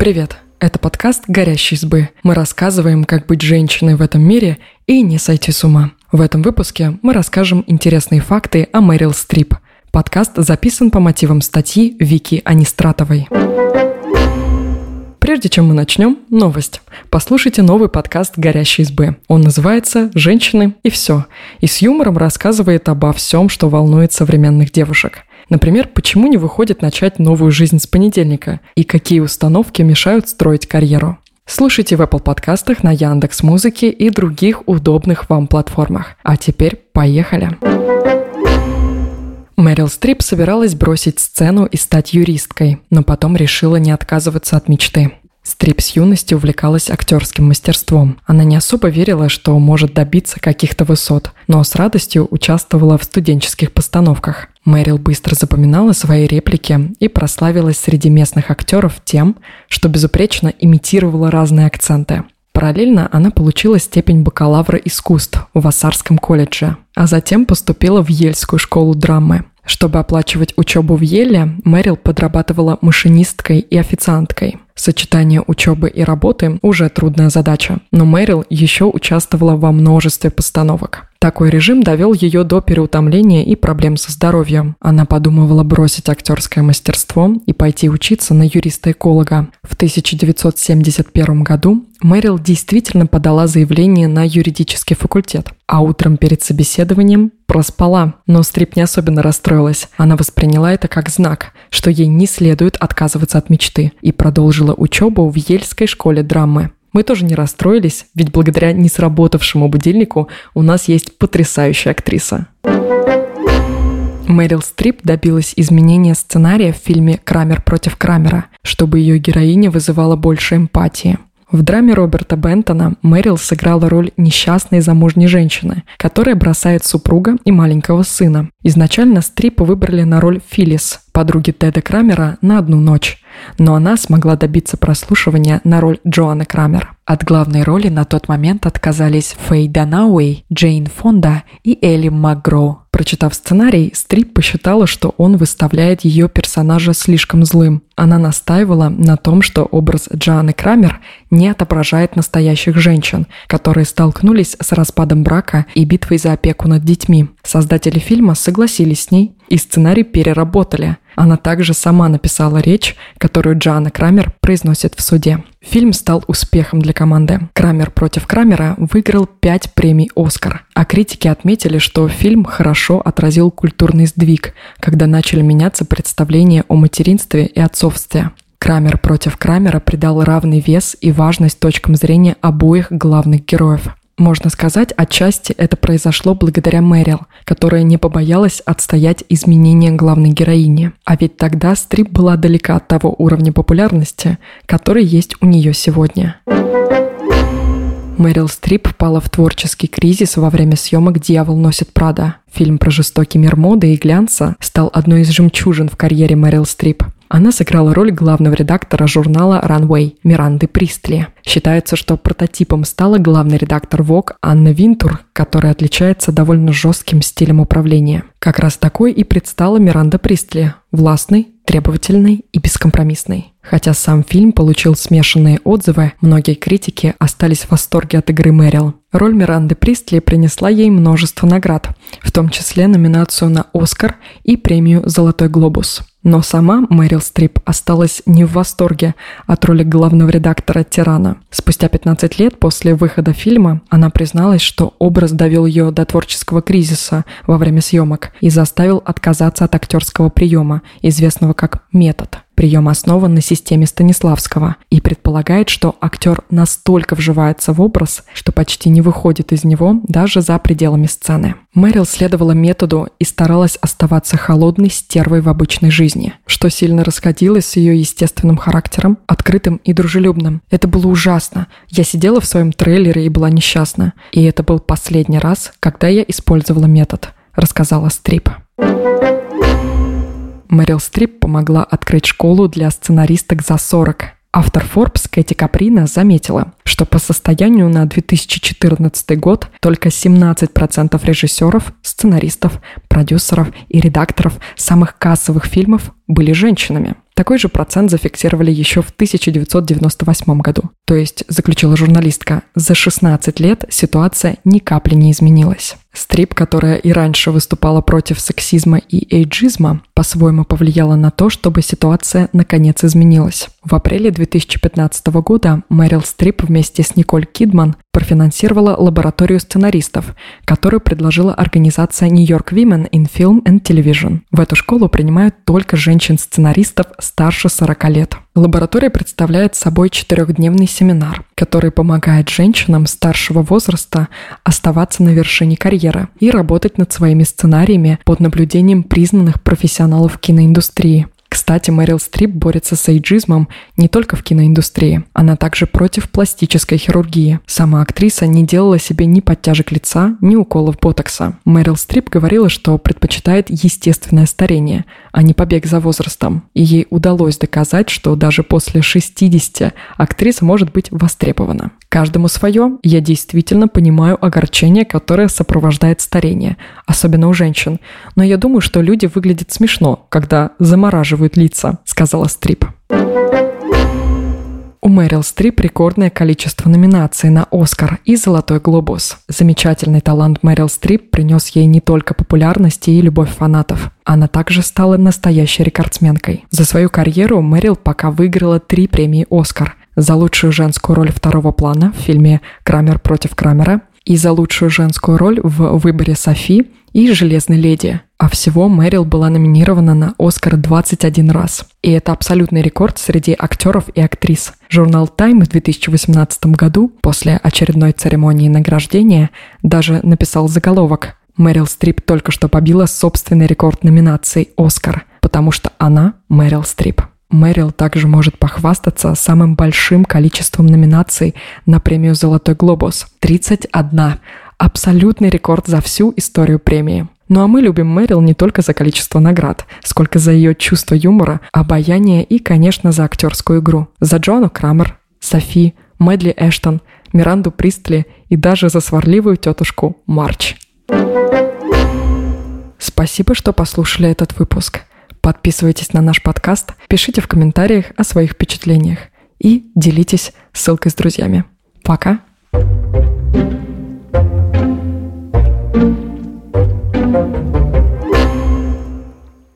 Привет! Это подкаст «Горящие избы». Мы рассказываем, как быть женщиной в этом мире и не сойти с ума. В этом выпуске мы расскажем интересные факты о Мэрил Стрип. Подкаст записан по мотивам статьи Вики Анистратовой. Прежде чем мы начнем, новость. Послушайте новый подкаст «Горящие избы». Он называется «Женщины и все». И с юмором рассказывает обо всем, что волнует современных девушек. Например, почему не выходит начать новую жизнь с понедельника и какие установки мешают строить карьеру. Слушайте в Apple подкастах, на Яндекс.Музыке и других удобных вам платформах. А теперь поехали! Мэрил Стрип собиралась бросить сцену и стать юристкой, но потом решила не отказываться от мечты. Стрип с юности увлекалась актерским мастерством. Она не особо верила, что может добиться каких-то высот, но с радостью участвовала в студенческих постановках. Мэрил быстро запоминала свои реплики и прославилась среди местных актеров тем, что безупречно имитировала разные акценты. Параллельно она получила степень бакалавра искусств в Вассарском колледже, а затем поступила в Йельскую школу драмы. Чтобы оплачивать учебу в Йеле, Мэрил подрабатывала машинисткой и официанткой. Сочетание учебы и работы – уже трудная задача, но Мэрил еще участвовала во множестве постановок. Такой режим довел ее до переутомления и проблем со здоровьем. Она подумывала бросить актерское мастерство и пойти учиться на юриста-эколога. В 1971 году Мэрил действительно подала заявление на юридический факультет, а утром перед собеседованием проспала. Но Стрип не особенно расстроилась. Она восприняла это как знак, что ей не следует отказываться от мечты, и продолжила учебу в Йельской школе драмы. Мы тоже не расстроились, ведь благодаря несработавшему будильнику у нас есть потрясающая актриса. Мэрил Стрип добилась изменения сценария в фильме «Крамер против Крамера», чтобы ее героиня вызывала больше эмпатии. В драме Роберта Бентона Мэрил сыграла роль несчастной замужней женщины, которая бросает супруга и маленького сына. Изначально Стрип выбрали на роль Филлис, подруги Теда Крамера, на одну ночь, но она смогла добиться прослушивания на роль Джоанны Крамер. От главной роли на тот момент отказались Фэй Данауэй, Джейн Фонда и Элли МакГроу. Прочитав сценарий, Стрип посчитала, что он выставляет ее персонажа слишком злым. Она настаивала на том, что образ Джоанны Крамер не отображает настоящих женщин, которые столкнулись с распадом брака и битвой за опеку над детьми. Создатели фильма согласились с ней и сценарий переработали. Она также сама написала речь, которую Джоанна Крамер произносит в суде. Фильм стал успехом для команды. «Крамер против Крамера» выиграл 5 премий «Оскар», а критики отметили, что фильм хорошо отразил культурный сдвиг, когда начали меняться представления о материнстве и отцовстве. «Крамер против Крамера» придал равный вес и важность точкам зрения обоих главных героев. Можно сказать, отчасти это произошло благодаря Мэрил, которая не побоялась отстоять изменения главной героини. А ведь тогда Стрип была далека от того уровня популярности, который есть у нее сегодня. Мэрил Стрип впала в творческий кризис во время съемок «Дьявол носит Прада». Фильм про жестокий мир моды и глянца стал одной из жемчужин в карьере Мэрил Стрип. Она сыграла роль главного редактора журнала Runway Миранды Пристли. Считается, что прототипом стала главный редактор Vogue Анна Винтур, которая отличается довольно жестким стилем управления. Как раз такой и предстала Миранда Пристли – властной, требовательной и бескомпромиссной. Хотя сам фильм получил смешанные отзывы, многие критики остались в восторге от игры Мэрил. Роль Миранды Пристли принесла ей множество наград, в том числе номинацию на «Оскар» и премию «Золотой глобус». Но сама Мэрил Стрип осталась не в восторге от роли главного редактора «Тирана». Спустя 15 лет после выхода фильма она призналась, что образ довел ее до творческого кризиса во время съемок и заставил отказаться от актерского приема, известного как метод. Прием основан на системе Станиславского и предполагает, что актер настолько вживается в образ, что почти не выходит из него даже за пределами сцены. Мэрил следовала методу и старалась оставаться холодной стервой в обычной жизни, что сильно расходилось с ее естественным характером, открытым и дружелюбным. Это было ужасно. Я сидела в своем трейлере и была несчастна. И это был последний раз, когда я использовала метод, рассказала Стрип. Мэрил Стрип помогла открыть школу для сценаристок за 40. Автор Forbes Кэти Каприно заметила, что по состоянию на 2014 год только 17% режиссеров, сценаристов, продюсеров и редакторов самых кассовых фильмов были женщинами. Такой же процент зафиксировали еще в 1998 году. То есть, заключила журналистка, за 16 лет ситуация ни капли не изменилась. Стрип, которая и раньше выступала против сексизма и эйджизма, по-своему повлияла на то, чтобы ситуация наконец изменилась. В апреле 2015 года Мэрил Стрип вместе с Николь Кидман профинансировала лабораторию сценаристов, которую предложила организация New York Women in Film and Television. В эту школу принимают только женщин-сценаристов старше 40 лет. Лаборатория представляет собой 4-дневный семинар, который помогает женщинам старшего возраста оставаться на вершине карьеры и работать над своими сценариями под наблюдением признанных профессионалов киноиндустрии. Кстати, Мэрил Стрип борется с эйджизмом не только в киноиндустрии. Она также против пластической хирургии. Сама актриса не делала себе ни подтяжек лица, ни уколов ботокса. Мэрил Стрип говорила, что предпочитает естественное старение, а не побег за возрастом. И ей удалось доказать, что даже после 60 актриса может быть востребована. Каждому свое. Я действительно понимаю огорчение, которое сопровождает старение, особенно у женщин. Но я думаю, что люди выглядят смешно, когда замораживают лица, сказала Стрип. У Мэрил Стрип рекордное количество номинаций на «Оскар» и «Золотой глобус». Замечательный талант Мэрил Стрип принес ей не только популярность и любовь фанатов. Она также стала настоящей рекордсменкой. За свою карьеру Мэрил пока выиграла 3 премии «Оскар». За лучшую женскую роль второго плана в фильме «Крамер против Крамера» и за лучшую женскую роль в «Выборе Софи» и «Железной леди». А всего Мэрил была номинирована на «Оскар» 21 раз. И это абсолютный рекорд среди актеров и актрис. Журнал Time в 2018 году, после очередной церемонии награждения, даже написал заголовок: «Мэрил Стрип только что побила собственный рекорд номинаций «Оскар», потому что она Мэрил Стрип». Мэрил также может похвастаться самым большим количеством номинаций на премию «Золотой глобус» – 31. Абсолютный рекорд за всю историю премии. Ну а мы любим Мэрил не только за количество наград, сколько за ее чувство юмора, обаяние и, конечно, за актерскую игру. За Джоанну Крамер, Софи, Мэдли Эштон, Миранду Пристли и даже за сварливую тетушку Марч. Спасибо, что послушали этот выпуск. Подписывайтесь на наш подкаст, пишите в комментариях о своих впечатлениях и делитесь ссылкой с друзьями. Пока!